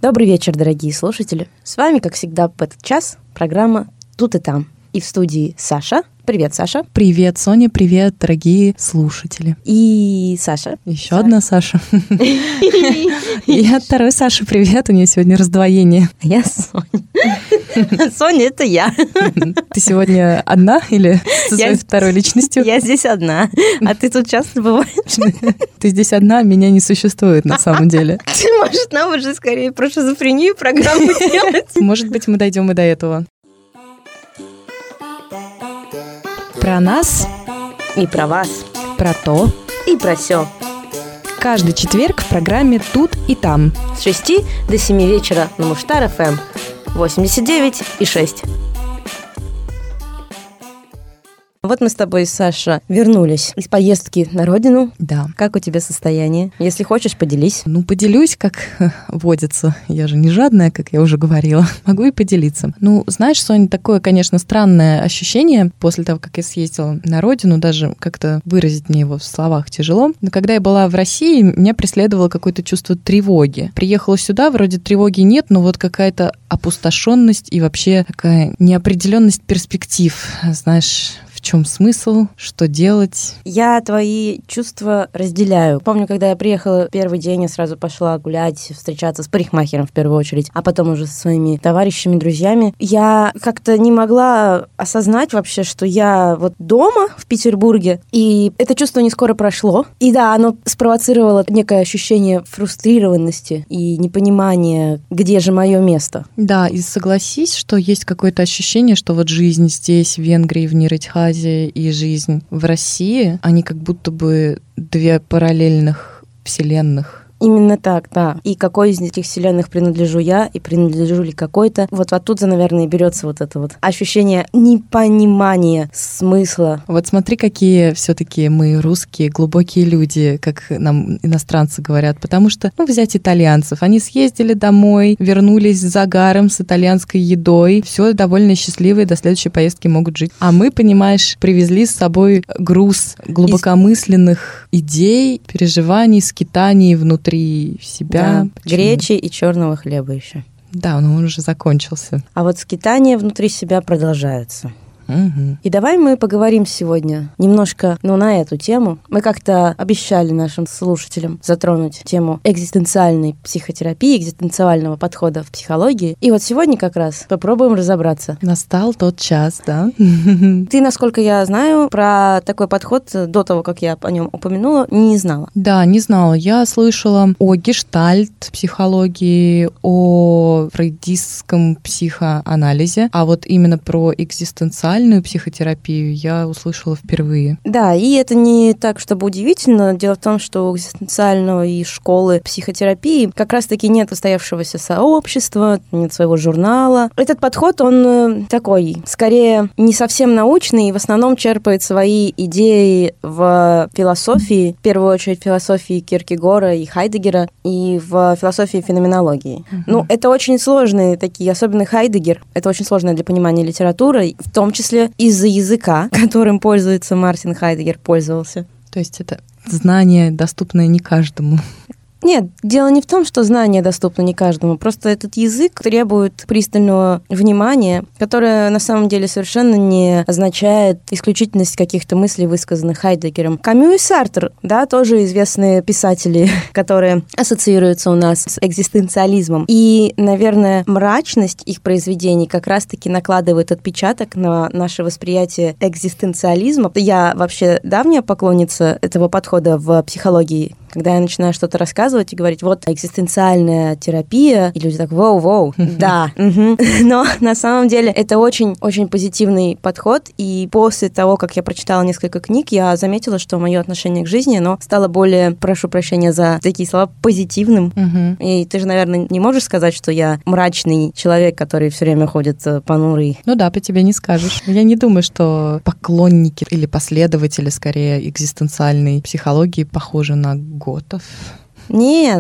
Добрый вечер, дорогие слушатели. С вами, как всегда, в этот час программа «Тут и там». И в студии Саша. Привет, Саша. Привет, Соня, привет, дорогие слушатели. И Саша. Еще одна Саша. Я второй Саша, привет, у нее сегодня раздвоение. Я Соня. Соня, это я. Ты сегодня одна или со своей второй личностью? Я здесь одна, а ты тут часто бываешь? Ты здесь одна, меня не существует на самом деле. Может, нам уже скорее про шизофрению программу делать? Может быть, мы дойдем и до этого. Про нас и про вас, про то и про сё. Каждый четверг в программе «Тут и там» с 6 до 7 вечера на Муштар ФМ 89,6. Вот мы с тобой, Саша, вернулись из поездки на родину. Да. Как у тебя состояние? Если хочешь, поделись. Ну, поделюсь, как водится. Я же не жадная, как я уже говорила. Могу и поделиться. Ну, знаешь, Соня, такое, конечно, странное ощущение после того, как я съездила на родину, даже как-то выразить мне его в словах тяжело. Но когда я была в России, меня преследовало какое-то чувство тревоги. Приехала сюда, вроде тревоги нет, но вот какая-то опустошенность и вообще такая неопределенность перспектив, знаешь, в чем смысл, что делать? Я твои чувства разделяю. Помню, когда я приехала первый день, я сразу пошла гулять, встречаться с парикмахером в первую очередь, а потом уже со своими товарищами, друзьями. Я как-то не могла осознать вообще, что я вот дома в Петербурге, и это чувство не скоро прошло. И да, оно спровоцировало некое ощущение фрустрированности и непонимания, где же мое место. Да, и согласись, что есть какое-то ощущение, что вот жизнь здесь, в Венгрии, в Ниритхазе, и жизнь в России, они как будто бы две параллельных вселенных. Именно так, да. И какой из этих вселенных принадлежу я, и принадлежу ли какой-то. Вот оттуда, наверное, и берется вот это вот ощущение непонимания смысла. Вот смотри, какие все-таки мы русские глубокие люди, как нам иностранцы говорят. Потому что, взять итальянцев. Они съездили домой, вернулись с загаром, с итальянской едой. Все довольно счастливые, до следующей поездки могут жить. А мы, понимаешь, привезли с собой груз глубокомысленных идей, переживаний, скитаний внутри себя. Да, гречи и черного хлеба еще. Да, но он уже закончился. А вот скитания внутри себя продолжаются. Угу. И давай мы поговорим сегодня немножко, на эту тему. Мы как-то обещали нашим слушателям затронуть тему экзистенциальной психотерапии, экзистенциального подхода в психологии. И вот сегодня как раз попробуем разобраться. Настал тот час, да? Ты, насколько я знаю, про такой подход до того, как я о нем упомянула, не знала. Да, не знала. Я слышала о гештальт-психологии, о фрейдистском психоанализе, а вот именно про экзистенциальную психотерапию я услышала впервые. Да, и это не так, чтобы удивительно. Дело в том, что у экзистенциальной школы психотерапии как раз-таки нет устоявшегося сообщества, нет своего журнала. Этот подход, он такой, скорее, не совсем научный, и в основном черпает свои идеи в философии, в первую очередь в философии Киркегора и Хайдеггера, и в философии феноменологии. Это очень сложные такие, особенно Хайдеггер, это очень сложная для понимания литература, в том числе из-за языка, которым пользуется Мартин Хайдеггер, пользовался. То есть это знание, доступное не каждому. Нет, дело не в том, что знание доступно не каждому, просто этот язык требует пристального внимания, которое на самом деле совершенно не означает исключительность каких-то мыслей, высказанных Хайдеггером. Камю и Сартр, да, тоже известные писатели, которые ассоциируются у нас с экзистенциализмом. И, наверное, мрачность их произведений как раз-таки накладывает отпечаток на наше восприятие экзистенциализма. Я вообще давняя поклонница этого подхода в психологии. Когда я начинаю что-то рассказывать и говорить, вот экзистенциальная терапия, и люди так, воу, да. Но на самом деле это очень-очень позитивный подход, и после того, как я прочитала несколько книг, я заметила, что мое отношение к жизни, оно стало более, прошу прощения за такие слова, позитивным. И ты же, наверное, не можешь сказать, что я мрачный человек, который все время ходит понурый. Ну да, по тебе не скажешь. Я не думаю, что поклонники или последователи, скорее, экзистенциальной психологии похожи на готов. Нет,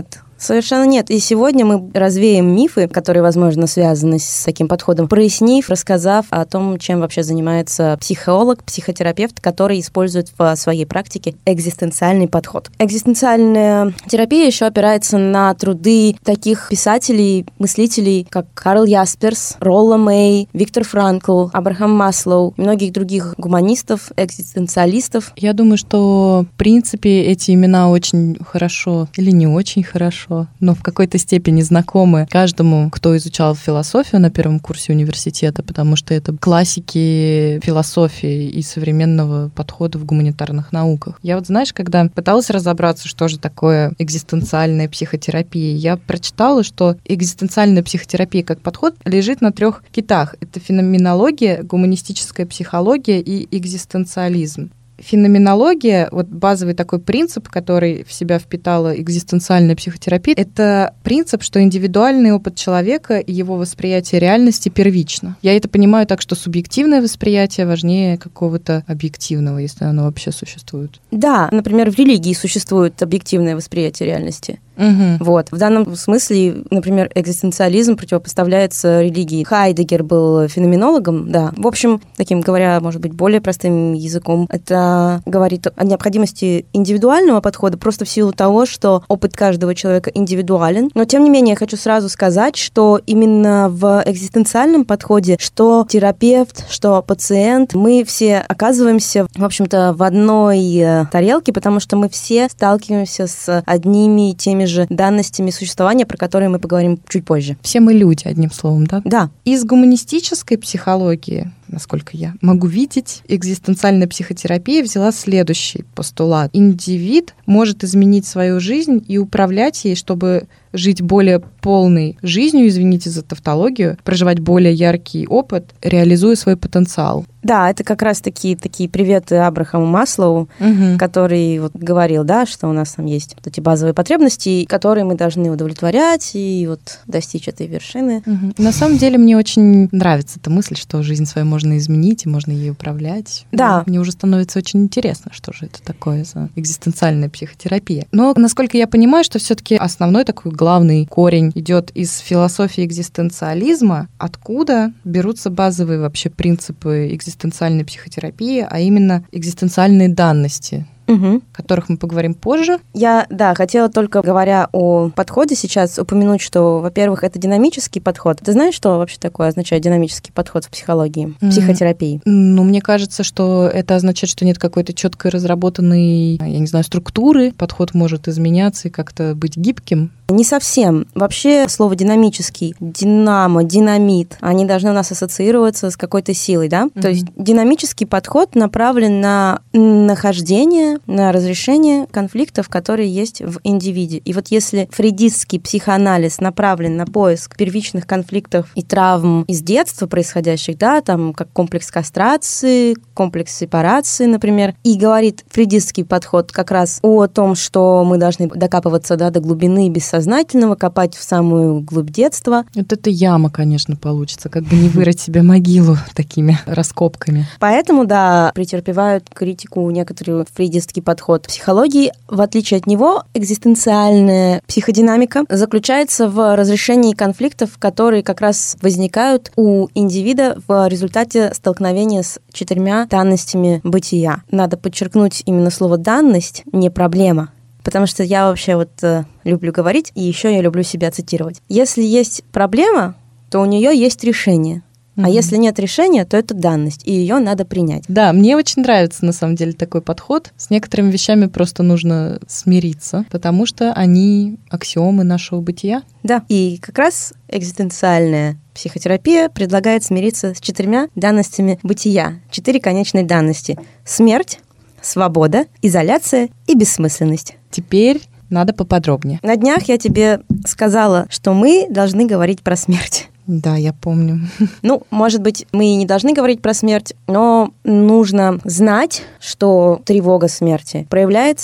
Совершенно нет. И сегодня мы развеем мифы, которые, возможно, связаны с таким подходом, прояснив, рассказав о том, чем вообще занимается психолог, психотерапевт, который использует в своей практике экзистенциальный подход. Экзистенциальная терапия еще опирается на труды таких писателей, мыслителей, как Карл Ясперс, Ролла Мэй, Виктор Франкл, Абрахам Маслоу, многих других гуманистов, экзистенциалистов. Я думаю, что, в принципе, эти имена очень хорошо или не очень хорошо, но в какой-то степени знакомы каждому, кто изучал философию на первом курсе университета, потому что это классики философии и современного подхода в гуманитарных науках. Я вот, знаешь, когда пыталась разобраться, что же такое экзистенциальная психотерапия, я прочитала, что экзистенциальная психотерапия как подход лежит на 3 китах. Это феноменология, гуманистическая психология и экзистенциализм. Феноменология, вот базовый такой принцип, который в себя впитала экзистенциальная психотерапия, это принцип, что индивидуальный опыт человека и его восприятие реальности первично. Я это понимаю так, что субъективное восприятие важнее какого-то объективного, если оно вообще существует. Да, например, в религии существует объективное восприятие реальности. Угу. Вот. В данном смысле, например, экзистенциализм противопоставляется религии. Хайдеггер был феноменологом, да. В общем, таким, говоря, может быть, более простым языком, это говорит о необходимости индивидуального подхода просто в силу того, что опыт каждого человека индивидуален. Но, тем не менее, я хочу сразу сказать, что именно в экзистенциальном подходе, что терапевт, что пациент, мы все оказываемся, в общем-то, в одной тарелке, потому что мы все сталкиваемся с одними и теми же данностями существования, про которые мы поговорим чуть позже. Все мы люди, одним словом, да? Да. Из гуманистической психологии, насколько я могу видеть, экзистенциальная психотерапия взяла следующий постулат. Индивид может изменить свою жизнь и управлять ей, чтобы жить более полной жизнью, извините за тавтологию, проживать более яркий опыт, реализуя свой потенциал. Да, это как раз такие приветы Абрахаму Маслоу, который вот говорил, да, что у нас там есть вот эти базовые потребности, которые мы должны удовлетворять и вот достичь этой вершины. На самом деле мне очень нравится эта мысль, что жизнь свою можно изменить и можно ей управлять. Да. Мне уже становится очень интересно, что же это такое за экзистенциальная психотерапия. Но, насколько я понимаю, что все-таки основной такой главный корень идет из философии экзистенциализма, откуда берутся базовые вообще принципы экзистенциальной психотерапии, а именно экзистенциальные данности, о которых мы поговорим позже. Я, хотела только, говоря о подходе сейчас, упомянуть, что, во-первых, это динамический подход. Ты знаешь, что вообще такое означает динамический подход в психологии, в психотерапии? Ну, мне кажется, что это означает, что нет какой-то четкой разработанной, я не знаю, структуры. Подход может изменяться и как-то быть гибким. Не совсем. Вообще слово динамический, динамо, динамит, они должны у нас ассоциироваться с какой-то силой, да? То есть динамический подход направлен на нахождение, на разрешение конфликтов, которые есть в индивиде. И вот если фрейдистский психоанализ направлен на поиск первичных конфликтов и травм из детства происходящих, да, там как комплекс кастрации, комплекс сепарации, например, и говорит фрейдистский подход как раз о том, что мы должны докапываться, да, до глубины бессознательного, копать в самую глубь детства. Вот это яма, конечно, получится, как бы не вырыть себе могилу такими раскопками. Поэтому, да, претерпевают критику некоторые фрейдистский подход психологии. В отличие от него, экзистенциальная психодинамика заключается в разрешении конфликтов, которые как раз возникают у индивида в результате столкновения с 4 данностями бытия. Надо подчеркнуть именно слово «данность», не «проблема». Потому что я вообще вот люблю говорить, и еще я люблю себя цитировать. Если есть проблема, то у нее есть решение. А если нет решения, то это данность, и ее надо принять. Да, мне очень нравится, на самом деле, такой подход. С некоторыми вещами просто нужно смириться, потому что они аксиомы нашего бытия. Да, и как раз экзистенциальная психотерапия предлагает смириться с 4 данностями бытия. 4 конечные данности. Смерть, свобода, изоляция и бессмысленность. Теперь надо поподробнее. На днях я тебе сказала, что мы должны говорить про смерть. Да, я помню. Ну, может быть, мы и не должны говорить про смерть, но нужно знать, что тревога смерти проявляется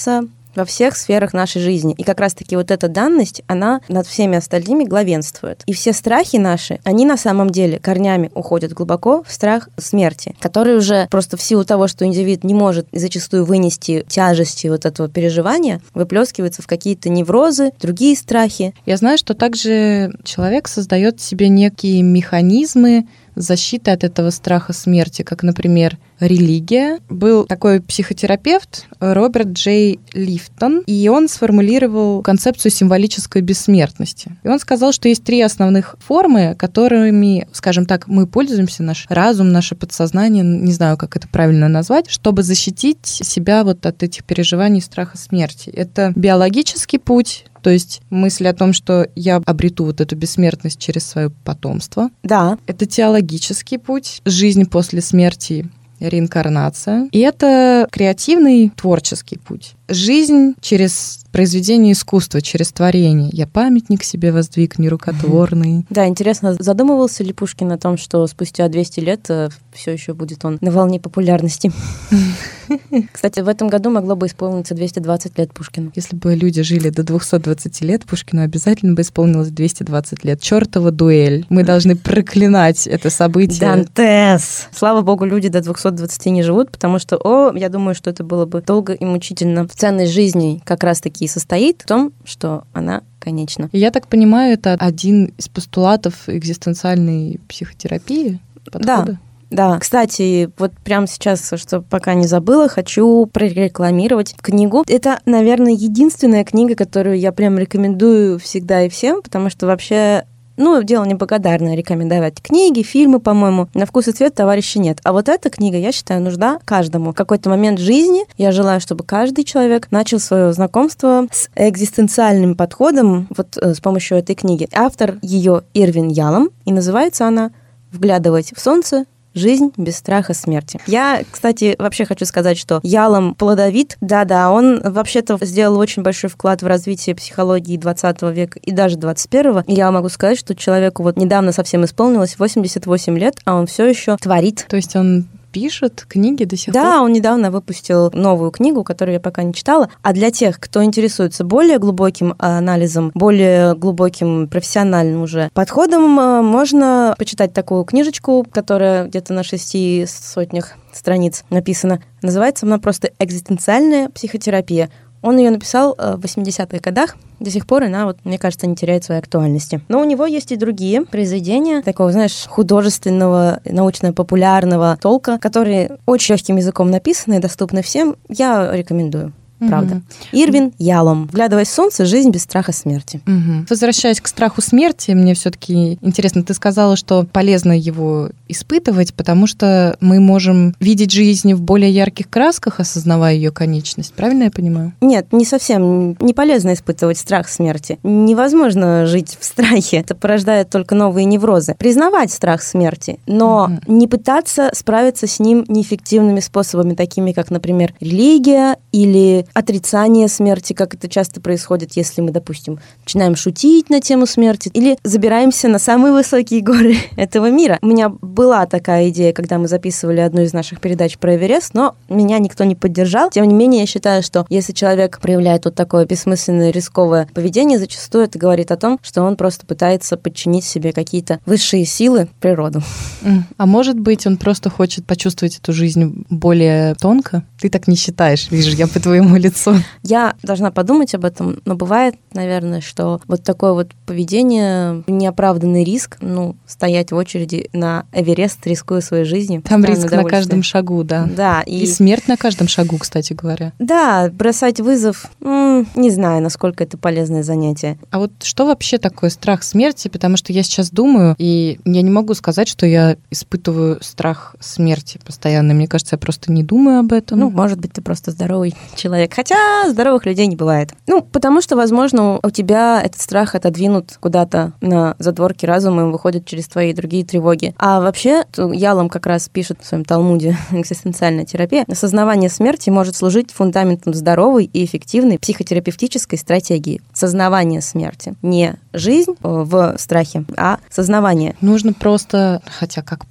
во всех сферах нашей жизни. И как раз-таки вот эта данность, она над всеми остальными главенствует. И все страхи наши, они на самом деле корнями уходят глубоко в страх смерти, который уже просто в силу того, что индивид не может зачастую вынести тяжести вот этого переживания, выплескивается в какие-то неврозы, другие страхи. Я знаю, что также человек создает себе некие механизмы защиты от этого страха смерти, как, например, религия. Был такой психотерапевт Роберт Джей Лифтон, и он сформулировал концепцию символической бессмертности. И он сказал, что есть 3 основных формы, которыми, скажем так, мы пользуемся, наш разум, наше подсознание, не знаю, как это правильно назвать, чтобы защитить себя вот от этих переживаний страха смерти. Это биологический путь, то есть мысль о том, что я обрету вот эту бессмертность через свое потомство. Да. Это теологический путь, жизнь после смерти, реинкарнация. И это креативный, творческий путь. Жизнь через произведение искусства, через творение. Я памятник себе воздвиг нерукотворный. Да, интересно, задумывался ли Пушкин о том, что спустя 200 лет все еще будет он на волне популярности? Кстати, в этом году могло бы исполниться 220 лет Пушкину. Если бы люди жили до 220 лет, Пушкину обязательно бы исполнилось 220 лет. Чёртова дуэль. Мы должны проклинать это событие. Дантес! Слава богу, люди до 220 не живут, потому что, я думаю, что это было бы долго и мучительно. Ценность жизни как раз-таки и состоит в том, что она конечна. Я так понимаю, это один из постулатов экзистенциальной психотерапии, подхода? Да, кстати, вот прямо сейчас, что пока не забыла, хочу прорекламировать книгу. Это, наверное, единственная книга, которую я прям рекомендую всегда и всем, потому что вообще... дело неблагодарное рекомендовать книги, фильмы, по-моему. На вкус и цвет товарища нет. А вот эта книга, я считаю, нужна каждому. В какой-то момент жизни я желаю, чтобы каждый человек начал свое знакомство с экзистенциальным подходом вот с помощью этой книги. Автор ее Ирвин Ялом, и называется она «Вглядывать в солнце. Жизнь без страха смерти». Я, кстати, вообще хочу сказать, что Ялом плодовит. Да, он вообще-то сделал очень большой вклад в развитие психологии 20 века и даже 21-го. И я могу сказать, что человеку вот недавно совсем исполнилось 88 лет, а он все еще творит. То есть он пишет книги до сих пор? Да, он недавно выпустил новую книгу, которую я пока не читала. А для тех, кто интересуется более глубоким анализом, более глубоким профессиональным уже подходом, можно почитать такую книжечку, которая где-то на 6 сотнях страниц написана. Называется она просто «Экзистенциальная психотерапия». Он ее написал в 80-х годах. До сих пор она, мне кажется, не теряет своей актуальности. Но у него есть и другие произведения такого, художественного, научно-популярного толка, которые очень легким языком написаны и доступны всем. Я рекомендую. Правда. Ирвин Ялом. «Вглядываясь в солнце. Жизнь без страха смерти». Возвращаясь к страху смерти, мне все-таки интересно, ты сказала, что полезно его испытывать, потому что мы можем видеть жизнь в более ярких красках, осознавая ее конечность. Правильно я понимаю? Нет, не совсем. Не полезно испытывать страх смерти. Невозможно жить в страхе. Это порождает только новые неврозы. Признавать страх смерти, но не пытаться справиться с ним неэффективными способами, такими как, например, религия или отрицание смерти, как это часто происходит, если мы, допустим, начинаем шутить на тему смерти или забираемся на самые высокие горы этого мира. У меня была такая идея, когда мы записывали одну из наших передач про Эверест, но меня никто не поддержал. Тем не менее, я считаю, что если человек проявляет вот такое бессмысленное, рисковое поведение, зачастую это говорит о том, что он просто пытается подчинить себе какие-то высшие силы, природу. А может быть, он просто хочет почувствовать эту жизнь более тонко? Ты так не считаешь, вижу, я по твоему лицу. Я должна подумать об этом, но бывает, наверное, что вот такое вот поведение, неоправданный риск, стоять в очереди на Эверест, рискуя своей жизнью. Там риск на каждом шагу, да. Да. И смерть на каждом шагу, кстати говоря. Да, бросать вызов, не знаю, насколько это полезное занятие. А вот что вообще такое страх смерти? Потому что я сейчас думаю, и я не могу сказать, что я испытываю страх смерти постоянно. Мне кажется, я просто не думаю об этом. Может быть, ты просто здоровый человек. Хотя здоровых людей не бывает. Потому что, возможно, у тебя этот страх отодвинут куда-то на задворки разума и выходит через твои другие тревоги. А вообще, Ялом как раз пишет в своем Талмуде «Экзистенциальная терапия», осознавание смерти может служить фундаментом здоровой и эффективной психотерапевтической стратегии. Сознавание смерти. Не жизнь в страхе, а сознавание. Нужно просто, как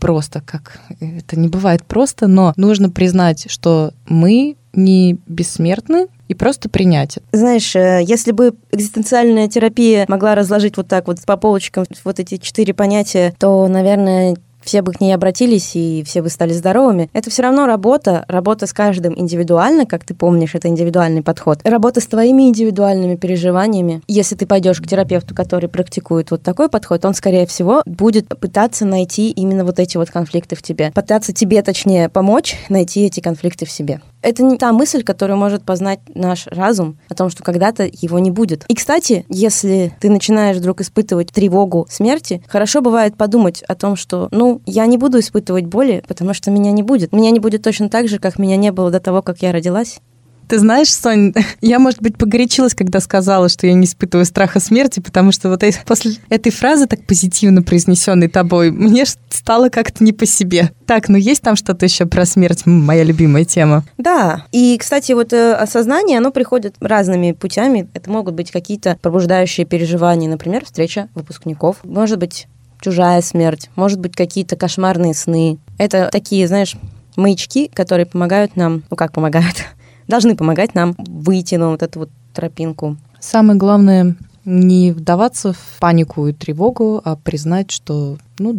это не бывает просто, но нужно признать, что мы не бессмертны, и просто принять это. Знаешь, если бы экзистенциальная терапия могла разложить вот так вот по полочкам вот эти 4 понятия, то, наверное, все бы к ней обратились, и все бы стали здоровыми. Это все равно работа с каждым индивидуально, как ты помнишь, это индивидуальный подход. Работа с твоими индивидуальными переживаниями. Если ты пойдешь к терапевту, который практикует вот такой подход, он, скорее всего, будет пытаться найти именно вот эти вот конфликты в тебе. Пытаться тебе, точнее, помочь найти эти конфликты в себе. Это не та мысль, которую может познать наш разум, о том, что когда-то его не будет. И, кстати, если ты начинаешь вдруг испытывать тревогу смерти, хорошо бывает подумать о том, что, я не буду испытывать боли, потому что меня не будет. Меня не будет точно так же, как меня не было до того, как я родилась. Ты знаешь, Сонь, я, может быть, погорячилась, когда сказала, что я не испытываю страха смерти, потому что вот после этой фразы, так позитивно произнесенной тобой, мне стало как-то не по себе. Так, есть там что-то еще про смерть, моя любимая тема. Да, и, кстати, вот осознание, оно приходит разными путями. Это могут быть какие-то пробуждающие переживания, например, встреча выпускников. Может быть, чужая смерть, может быть, какие-то кошмарные сны. Это такие, знаешь, маячки, которые помогают нам, должны помогать нам выйти на вот эту вот тропинку. Самое главное не вдаваться в панику и тревогу, а признать, что,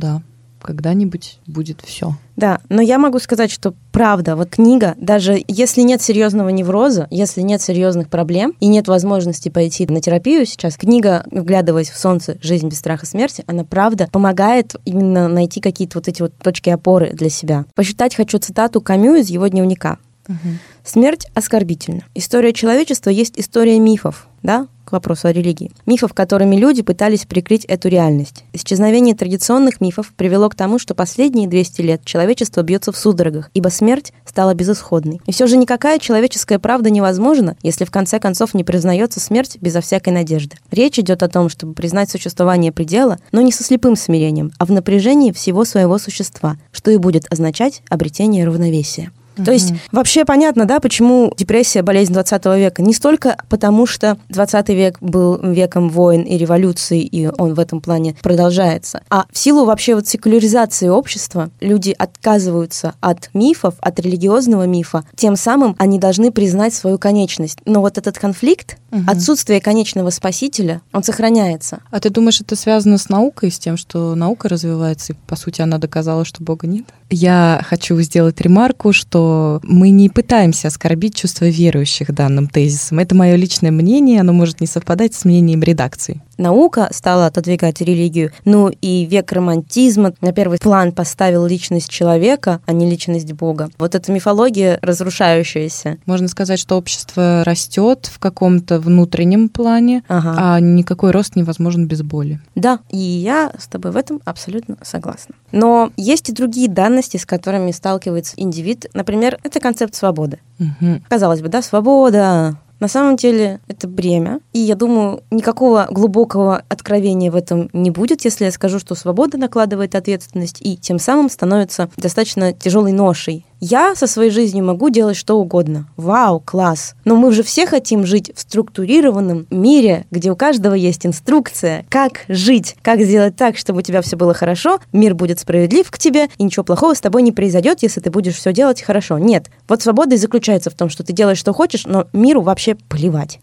когда-нибудь будет все. Да, но я могу сказать, что правда, вот книга, даже если нет серьезного невроза, если нет серьезных проблем и нет возможности пойти на терапию сейчас, книга «Вглядываясь в солнце. Жизнь без страха смерти», она правда помогает именно найти какие-то вот эти вот точки опоры для себя. Посчитать хочу цитату Камю из его дневника. «Смерть оскорбительна. История человечества есть история мифов», да, к вопросу о религии. Мифов, которыми люди пытались прикрыть эту реальность. Исчезновение традиционных мифов привело к тому, что последние 200 лет человечество бьется в судорогах, ибо смерть стала безысходной. И все же никакая человеческая правда невозможна, если в конце концов не признается смерть безо всякой надежды. Речь идет о том, чтобы признать существование предела, но не со слепым смирением, а в напряжении всего своего существа, что и будет означать обретение равновесия. То есть вообще понятно, да, почему депрессия – болезнь 20 века. Не столько потому, что 20 век был веком войн и революций, и он в этом плане продолжается, а в силу вообще вот секуляризации общества люди отказываются от мифов, от религиозного мифа, тем самым они должны признать свою конечность. Но вот этот конфликт, отсутствие конечного спасителя, он сохраняется. А ты думаешь, это связано с наукой, с тем, что наука развивается, и, по сути, она доказала, что Бога нет? Я хочу сделать ремарку, что мы не пытаемся оскорбить чувства верующих данным тезисом. Это мое личное мнение, оно может не совпадать с мнением редакции. Наука стала отодвигать религию, и век романтизма на первый план поставил личность человека, а не личность Бога. Вот эта мифология разрушающаяся. Можно сказать, что общество растет в каком-то внутреннем плане, а никакой рост невозможен без боли. Да, и я с тобой в этом абсолютно согласна. Но есть и другие данности, с которыми сталкивается индивид. Например, это концепт свободы. Казалось бы, да, свобода. На самом деле это бремя, и я думаю, никакого глубокого откровения в этом не будет, если я скажу, что свобода накладывает ответственность и тем самым становится достаточно тяжелой ношей. Я со своей жизнью могу делать что угодно. Вау, класс! Но мы же все хотим жить в структурированном мире, где у каждого есть инструкция, как жить, как сделать так, чтобы у тебя все было хорошо, мир будет справедлив к тебе, и ничего плохого с тобой не произойдет, если ты будешь все делать хорошо. Нет. Вот свобода и заключается в том, что ты делаешь, что хочешь, но миру вообще плевать.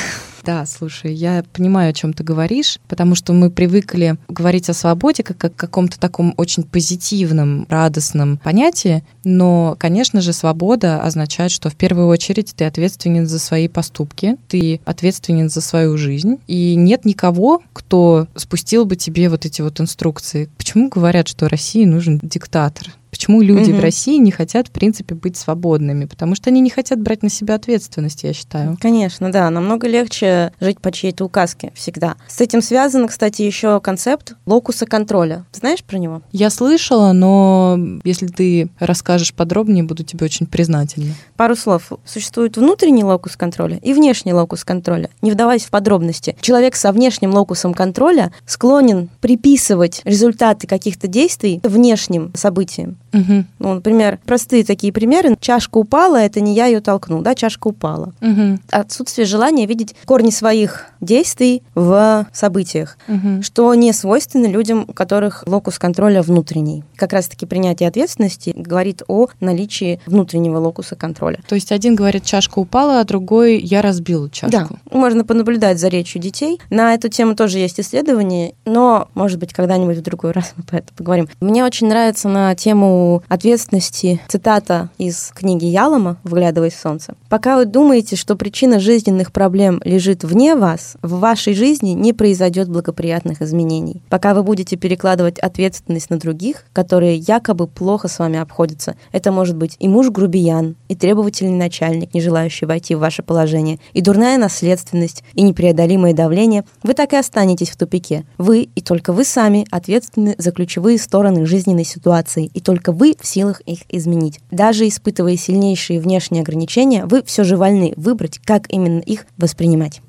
Да, слушай, я понимаю, о чем ты говоришь, потому что мы привыкли говорить о свободе как о каком-то таком очень позитивном, радостном понятии, но, конечно же, свобода означает, что в первую очередь ты ответственен за свои поступки, ты ответственен за свою жизнь, и нет никого, кто спустил бы тебе вот эти вот инструкции. Почему говорят, что России нужен диктатор? Почему люди в России не хотят, в принципе, быть свободными? Потому что они не хотят брать на себя ответственность, я считаю. Конечно, да. Намного легче жить по чьей-то указке всегда. С этим связан, кстати, еще концепт локуса контроля. Знаешь про него? Я слышала, но если ты расскажешь подробнее, буду тебе очень признательна. Пару слов. Существует внутренний локус контроля и внешний локус контроля. Не вдаваясь в подробности. Человек со внешним локусом контроля склонен приписывать результаты каких-то действий внешним событиям. Угу. Ну, например, простые такие примеры. Чашка упала, это не я ее толкнул, да, чашка упала. Угу. Отсутствие желания видеть корни своих действий в событиях, что не свойственно людям, у которых локус контроля внутренний. Как раз-таки принятие ответственности говорит о наличии внутреннего локуса контроля. То есть один говорит, чашка упала, а другой, я разбил чашку. Да, можно понаблюдать за речью детей. На эту тему тоже есть исследования, но, может быть, когда-нибудь в другой раз мы про это поговорим. Мне очень нравится на тему ответственности цитата из книги Ялома «Вглядываясь в солнце». «Пока вы думаете, что причина жизненных проблем лежит вне вас, в вашей жизни не произойдет благоприятных изменений. Пока вы будете перекладывать ответственность на других, которые якобы плохо с вами обходятся, это может быть и муж-грубиян, и требовательный начальник, не желающий войти в ваше положение, и дурная наследственность, и непреодолимое давление, вы так и останетесь в тупике. Вы и только вы сами ответственны за ключевые стороны жизненной ситуации, и только вы в силах их изменить. Даже испытывая сильнейшие внешние ограничения, вы все же вольны выбрать, как именно их воспринимать».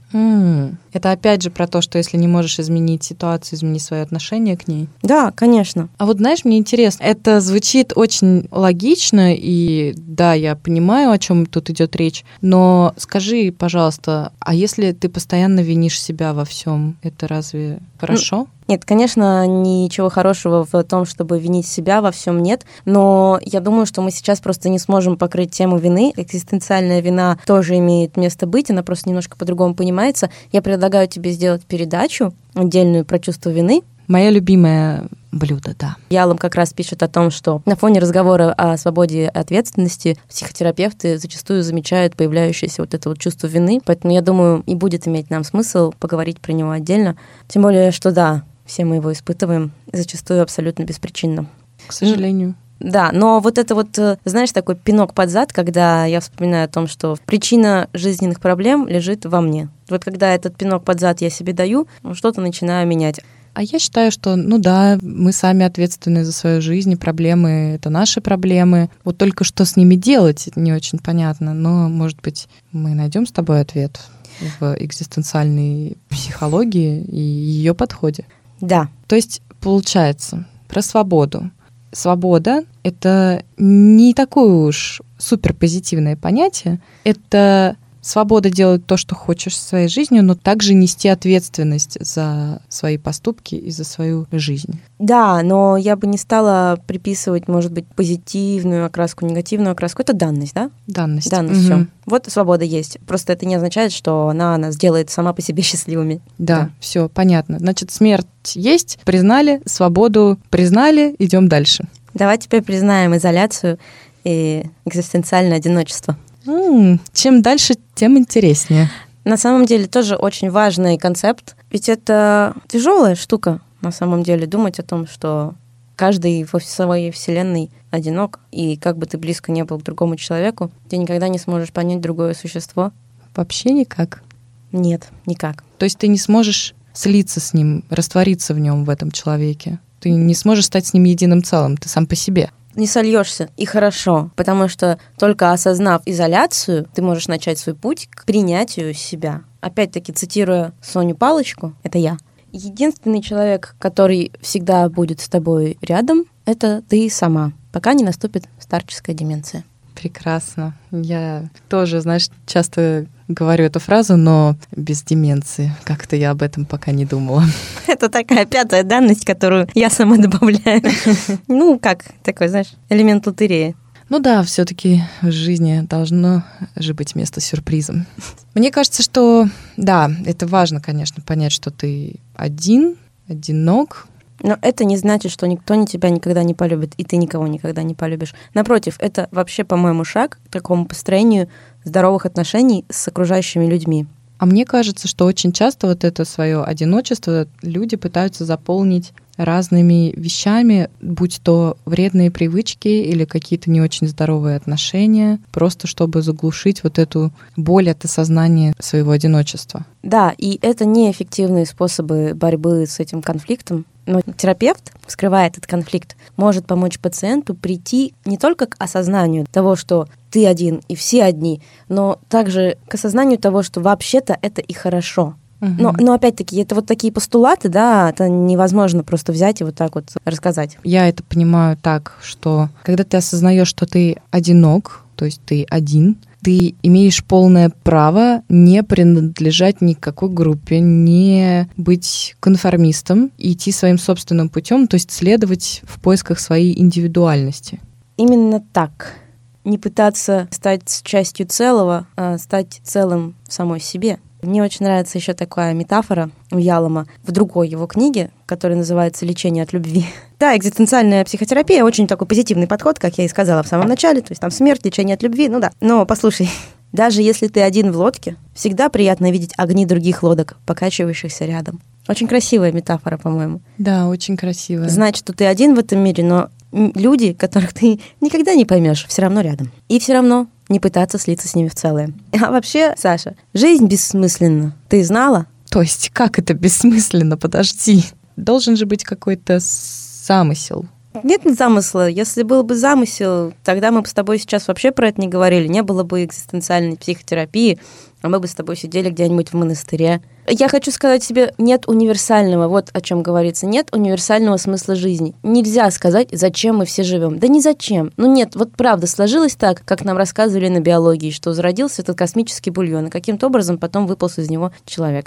Это опять же про то, что если не можешь изменить ситуацию, измени свое отношение к ней. Да, конечно. А вот знаешь, мне интересно, это звучит очень логично, и да, я понимаю, о чем тут идет речь, но скажи, пожалуйста, а если ты постоянно винишь себя во всем, это разве хорошо? Нет, конечно, ничего хорошего в том, чтобы винить себя во всем нет, но я думаю, что мы сейчас просто не сможем покрыть тему вины. Экзистенциальная вина тоже имеет место быть, она просто немножко по-другому понимается. Я предлагаю тебе сделать передачу отдельную про чувство вины. Мое любимое блюдо, да. Ялом как раз пишет о том, что на фоне разговора о свободе и ответственности психотерапевты зачастую замечают появляющееся вот это вот чувство вины, поэтому я думаю, и будет иметь нам смысл поговорить про него отдельно. Тем более, что да, все мы его испытываем, зачастую абсолютно беспричинно. К сожалению. Да, но вот это вот, знаешь, такой пинок под зад, когда я вспоминаю о том, что причина жизненных проблем лежит во мне. Вот когда этот пинок под зад я себе даю, что-то начинаю менять. А я считаю, что, ну да, мы сами ответственны за свою жизнь, и проблемы — это наши проблемы. Вот только что с ними делать, не очень понятно, но, может быть, мы найдем с тобой ответ в экзистенциальной психологии и ее подходе. Да. То есть, получается, про свободу. Свобода — это не такое уж суперпозитивное понятие. Это свобода делать то, что хочешь со своей жизнью, но также нести ответственность за свои поступки и за свою жизнь. Да, но я бы не стала приписывать, может быть, позитивную окраску, негативную окраску. Это данность, да? Данность. Все. Вот свобода есть. Просто это не означает, что она нас делает сама по себе счастливыми. Да, все понятно. Значит, смерть есть, признали, свободу признали, идем дальше. Давай теперь признаем изоляцию и экзистенциальное одиночество. Чем дальше, тем интереснее. На самом деле тоже очень важный концепт, ведь это тяжелая штука, на самом деле, думать о том, что каждый во своей вселенной одинок, и как бы ты близко не был к другому человеку, ты никогда не сможешь понять другое существо. Вообще никак? Нет, никак. То есть ты не сможешь слиться с ним, раствориться в нем, в этом человеке? Ты не сможешь стать с ним единым целым, ты сам по себе? Не сольешься, и хорошо, потому что только осознав изоляцию, ты можешь начать свой путь к принятию себя. Опять-таки, цитируя Соню Палочку, это я. Единственный человек, который всегда будет с тобой рядом, это ты сама, пока не наступит старческая деменция. Прекрасно. Я тоже, знаешь, часто говорю эту фразу, но без деменции. Как-то я об этом пока не думала. Это такая пятая данность, которую я сама добавляю. Ну, как такой, знаешь, элемент лотереи. Ну да, все-таки в жизни должно же быть место сюрпризом. Мне кажется, что да, это важно, конечно, понять, что ты одинок. Но это не значит, что никто тебя никогда не полюбит, и ты никого никогда не полюбишь. Напротив, это вообще, по-моему, шаг к такому построению здоровых отношений с окружающими людьми. А мне кажется, что очень часто вот это свое одиночество люди пытаются заполнить разными вещами, будь то вредные привычки или какие-то не очень здоровые отношения, просто чтобы заглушить вот эту боль от осознания своего одиночества. Да, и это неэффективные способы борьбы с этим конфликтом. Но терапевт, вскрывая этот конфликт, может помочь пациенту прийти не только к осознанию того, что ты один и все одни, но также к осознанию того, что вообще-то это и хорошо. Но опять-таки, это вот такие постулаты, да, это невозможно просто взять и вот так вот рассказать. Я это понимаю так, что когда ты осознаешь, что ты одинок, то есть ты один, ты имеешь полное право не принадлежать никакой группе, не быть конформистом, идти своим собственным путем, то есть следовать в поисках своей индивидуальности. Именно так. Не пытаться стать частью целого, а стать целым в самой себе. Мне очень нравится еще такая метафора у Ялома в другой его книге, которая называется «Лечение от любви». Да, экзистенциальная психотерапия — очень такой позитивный подход, как я и сказала в самом начале, то есть там смерть, лечение от любви, ну да. Но послушай, даже если ты один в лодке, всегда приятно видеть огни других лодок, покачивающихся рядом. Очень красивая метафора, по-моему. Да, очень красивая. Знать, что ты один в этом мире, но люди, которых ты никогда не поймешь, все равно рядом. И все равно не пытаться слиться с ними в целое. А вообще, Саша, жизнь бессмысленна. Ты знала? То есть как это бессмысленно? Подожди. Должен же быть какой-то замысел. Нет замысла. Если был бы замысел, тогда мы бы с тобой сейчас вообще про это не говорили. Не было бы экзистенциальной психотерапии, а мы бы с тобой сидели где-нибудь в монастыре. Я хочу сказать себе, нет универсального, вот о чем говорится, нет универсального смысла жизни. Нельзя сказать, зачем мы все живем. Да ни зачем. Ну нет, вот правда, сложилось так, как нам рассказывали на биологии, что зародился этот космический бульон, и каким-то образом потом выполз из него человек.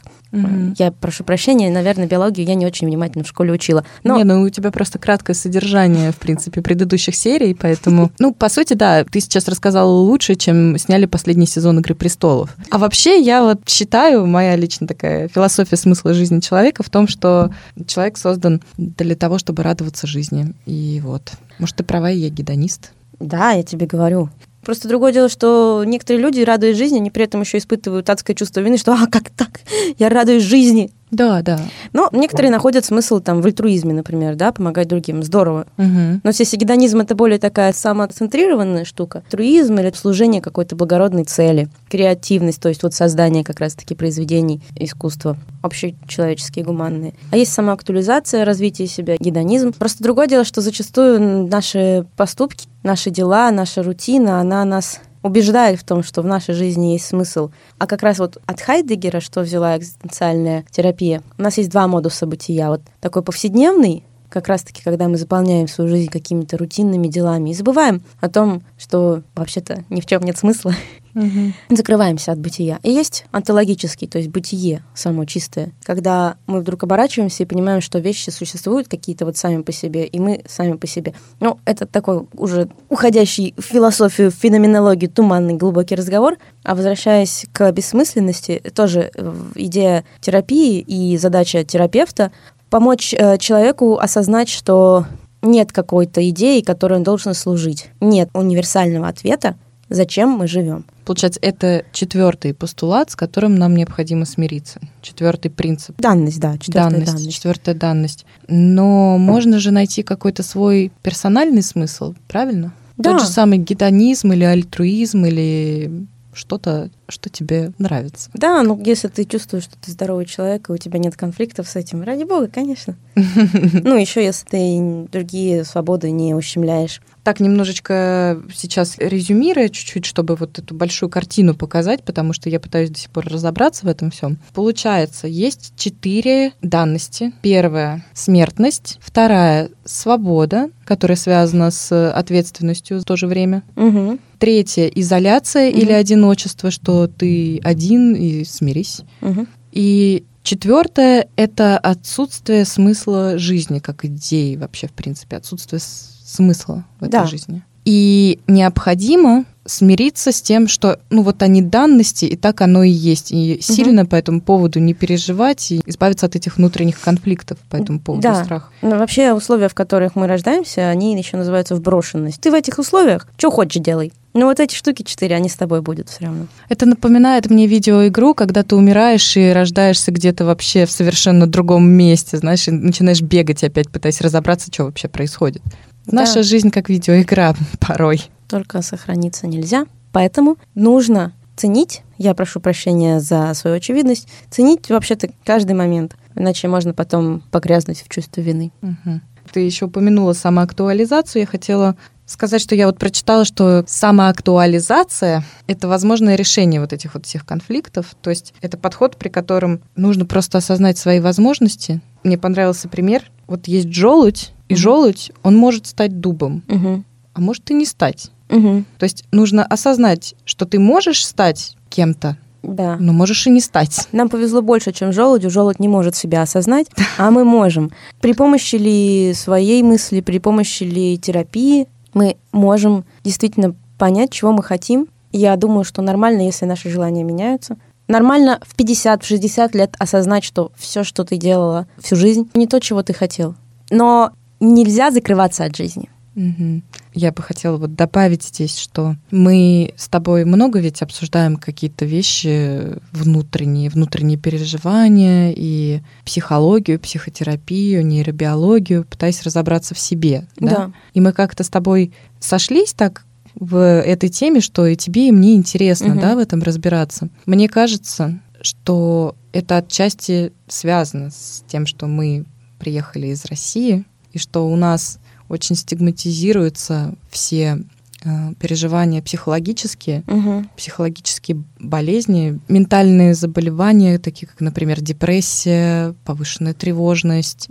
Я прошу прощения, наверное, биологию я не очень внимательно в школе учила. Но... Не, у тебя просто краткое содержание, в принципе, предыдущих серий, поэтому... по сути, да, ты сейчас рассказала лучше, чем сняли последний сезон «Игры престолов». А вообще, я вот считаю, моя лично такая философия смысла жизни человека в том, что человек создан для того, чтобы радоваться жизни. И вот. Может, ты права, и я гедонист. Да, я тебе говорю. Просто другое дело, что некоторые люди, радуясь жизни, они при этом еще испытывают адское чувство вины, что как так? Я радуюсь жизни. Да, да. Но некоторые находят смысл там в альтруизме, например, да, помогать другим. Здорово. Но если гедонизм — это более такая самоцентрированная штука, альтруизм или служение какой-то благородной цели, креативность, то есть вот создание как раз-таки произведений искусства, общечеловеческие, гуманные. А есть самоактуализация, развитие себя, гедонизм. Просто другое дело, что зачастую наши поступки, наши дела, наша рутина, она нас убеждает в том, что в нашей жизни есть смысл. А как раз вот от Хайдеггера, что взяла экзистенциальная терапия, у нас есть два модуса бытия. Вот такой повседневный, как раз-таки, когда мы заполняем свою жизнь какими-то рутинными делами и забываем о том, что вообще-то ни в чем нет смысла. Закрываемся от бытия. И есть онтологический, то есть бытие само чистое, когда мы вдруг оборачиваемся и понимаем, что вещи существуют какие-то вот сами по себе, и мы сами по себе. Ну, это такой уже уходящий в философию, в феноменологию туманный глубокий разговор. А возвращаясь к бессмысленности, тоже идея терапии и задача терапевта — помочь человеку осознать, что нет какой-то идеи, которой он должен служить. Нет универсального ответа, зачем мы живем. Получается, это 4-й постулат, с которым нам необходимо смириться. 4-й принцип. Данность, да, 4-я данность. 4-я данность. Но можно же найти какой-то свой персональный смысл, правильно? Да. Тот же самый гедонизм или альтруизм или что-то, что тебе нравится. Да, ну если ты чувствуешь, что ты здоровый человек, и у тебя нет конфликтов с этим, ради бога, конечно. Ну, еще если ты другие свободы не ущемляешь. Так, немножечко сейчас резюмируя чуть-чуть, чтобы вот эту большую картину показать, потому что я пытаюсь до сих пор разобраться в этом всем. Получается, есть 4 данности. Первая — смертность. Вторая — свобода, которая связана с ответственностью в то же время. Третья — изоляция или одиночество, что ты один и смирись. И 4-е — это отсутствие смысла жизни как идеи вообще, в принципе, отсутствие смысла в этой жизни. И необходимо смириться с тем, что, вот они данности, и так оно и есть. И сильно по этому поводу не переживать и избавиться от этих внутренних конфликтов по этому поводу страха. Но вообще условия, в которых мы рождаемся, они еще называются вброшенность. Ты в этих условиях что хочешь делай. Но вот эти штуки 4, они с тобой будут все равно. Это напоминает мне видеоигру, когда ты умираешь и рождаешься где-то вообще в совершенно другом месте, знаешь, и начинаешь бегать опять, пытаясь разобраться, что вообще происходит. Наша жизнь как видеоигра порой. Только сохраниться нельзя, поэтому нужно ценить, я прошу прощения за свою очевидность, ценить вообще-то каждый момент, иначе можно потом погрязнуть в чувстве вины. Ты еще упомянула самоактуализацию, я хотела сказать, что я вот прочитала, что самоактуализация — это возможное решение вот этих вот всех конфликтов. То есть это подход, при котором нужно просто осознать свои возможности. Мне понравился пример. Вот есть желудь, и желудь, он может стать дубом, а может и не стать. То есть нужно осознать, что ты можешь стать кем-то, да. но можешь и не стать. Нам повезло больше, чем желудю. Желудь не может себя осознать, а мы можем. При помощи ли своей мысли, при помощи ли терапии мы можем действительно понять, чего мы хотим. Я думаю, что нормально, если наши желания меняются. Нормально в 50-60 лет осознать, что все, что ты делала всю жизнь, не то, чего ты хотел. Но нельзя закрываться от жизни. Я бы хотела вот добавить здесь, что мы с тобой много ведь обсуждаем какие-то вещи внутренние переживания и психологию, психотерапию, нейробиологию, пытаясь разобраться в себе. Да? И мы как-то с тобой сошлись так в этой теме, что и тебе, и мне интересно, да, в этом разбираться. Мне кажется, что это отчасти связано с тем, что мы приехали из России, и что у нас очень стигматизируются все переживания психологические, психологические болезни, ментальные заболевания, такие как, например, депрессия, повышенная тревожность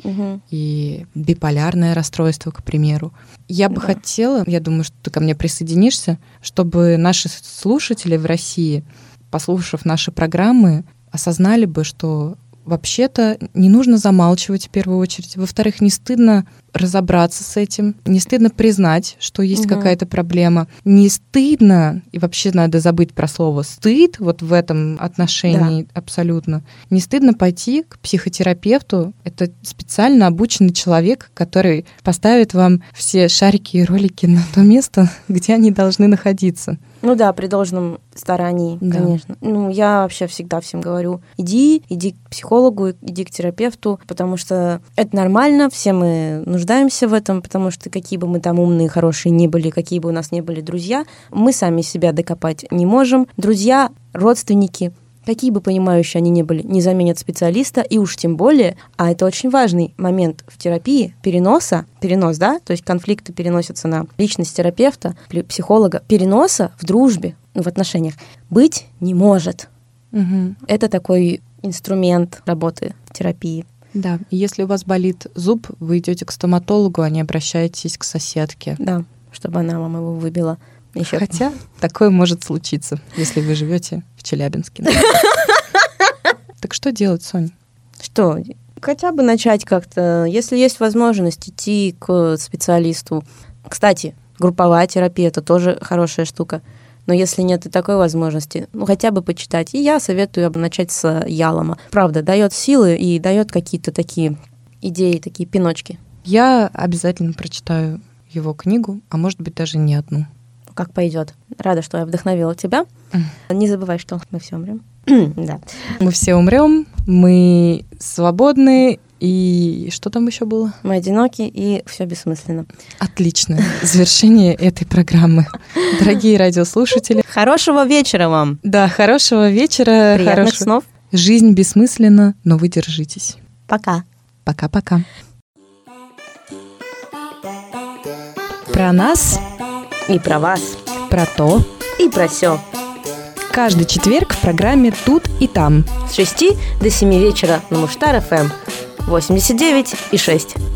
и биполярное расстройство, к примеру. Я бы хотела, я думаю, что ты ко мне присоединишься, чтобы наши слушатели в России, послушав наши программы, осознали бы, что вообще-то не нужно замалчивать в первую очередь. Во-вторых, не стыдно разобраться с этим, не стыдно признать, что есть какая-то проблема. Не стыдно, и вообще надо забыть про слово «стыд» вот в этом отношении абсолютно. Не стыдно пойти к психотерапевту. Это специально обученный человек, который поставит вам все шарики и ролики на то место, где они должны находиться. Ну да, при должном старании, конечно. Ну, я вообще всегда всем говорю, иди к психологу, иди к терапевту, потому что это нормально, все мы нуждаемся в этом, потому что какие бы мы там умные, хорошие ни были, какие бы у нас ни были друзья, мы сами себя докопать не можем. Друзья, родственники, какие бы понимающие они ни были, не заменят специалиста, и уж тем более, а это очень важный момент в терапии, перенос, да, то есть конфликты переносятся на личность терапевта, психолога, переноса в дружбе, в отношениях быть не может. Это такой инструмент работы в терапии. Да, и если у вас болит зуб, вы идете к стоматологу, а не обращаетесь к соседке. Да, чтобы она вам его выбила. Еще. Хотя такое может случиться, если вы живете в Челябинске. Так что делать, Сонь? Что? Хотя бы начать как-то, если есть возможность, идти к специалисту. Кстати, групповая терапия — это тоже хорошая штука. Но если нет и такой возможности, хотя бы почитать. И я советую начать с Ялома. Правда, дает силы и дает какие-то такие идеи, такие пиночки. Я обязательно прочитаю его книгу, а может быть даже не одну. Как пойдет. Рада, что я вдохновила тебя. Не забывай, что мы все умрем. Да. Мы все умрем, мы свободны, и что там еще было? Мы одиноки, и все бессмысленно. Отличное завершение этой программы. Дорогие радиослушатели. Хорошего вечера вам. Да, хорошего вечера. Приятных снов. Жизнь бессмысленна, но вы держитесь. Пока. Пока-пока. Про нас и про вас. Про то и про сё. Каждый четверг в программе «Тут и там». С 6 до 7 вечера на Муштар ФМ 89,6.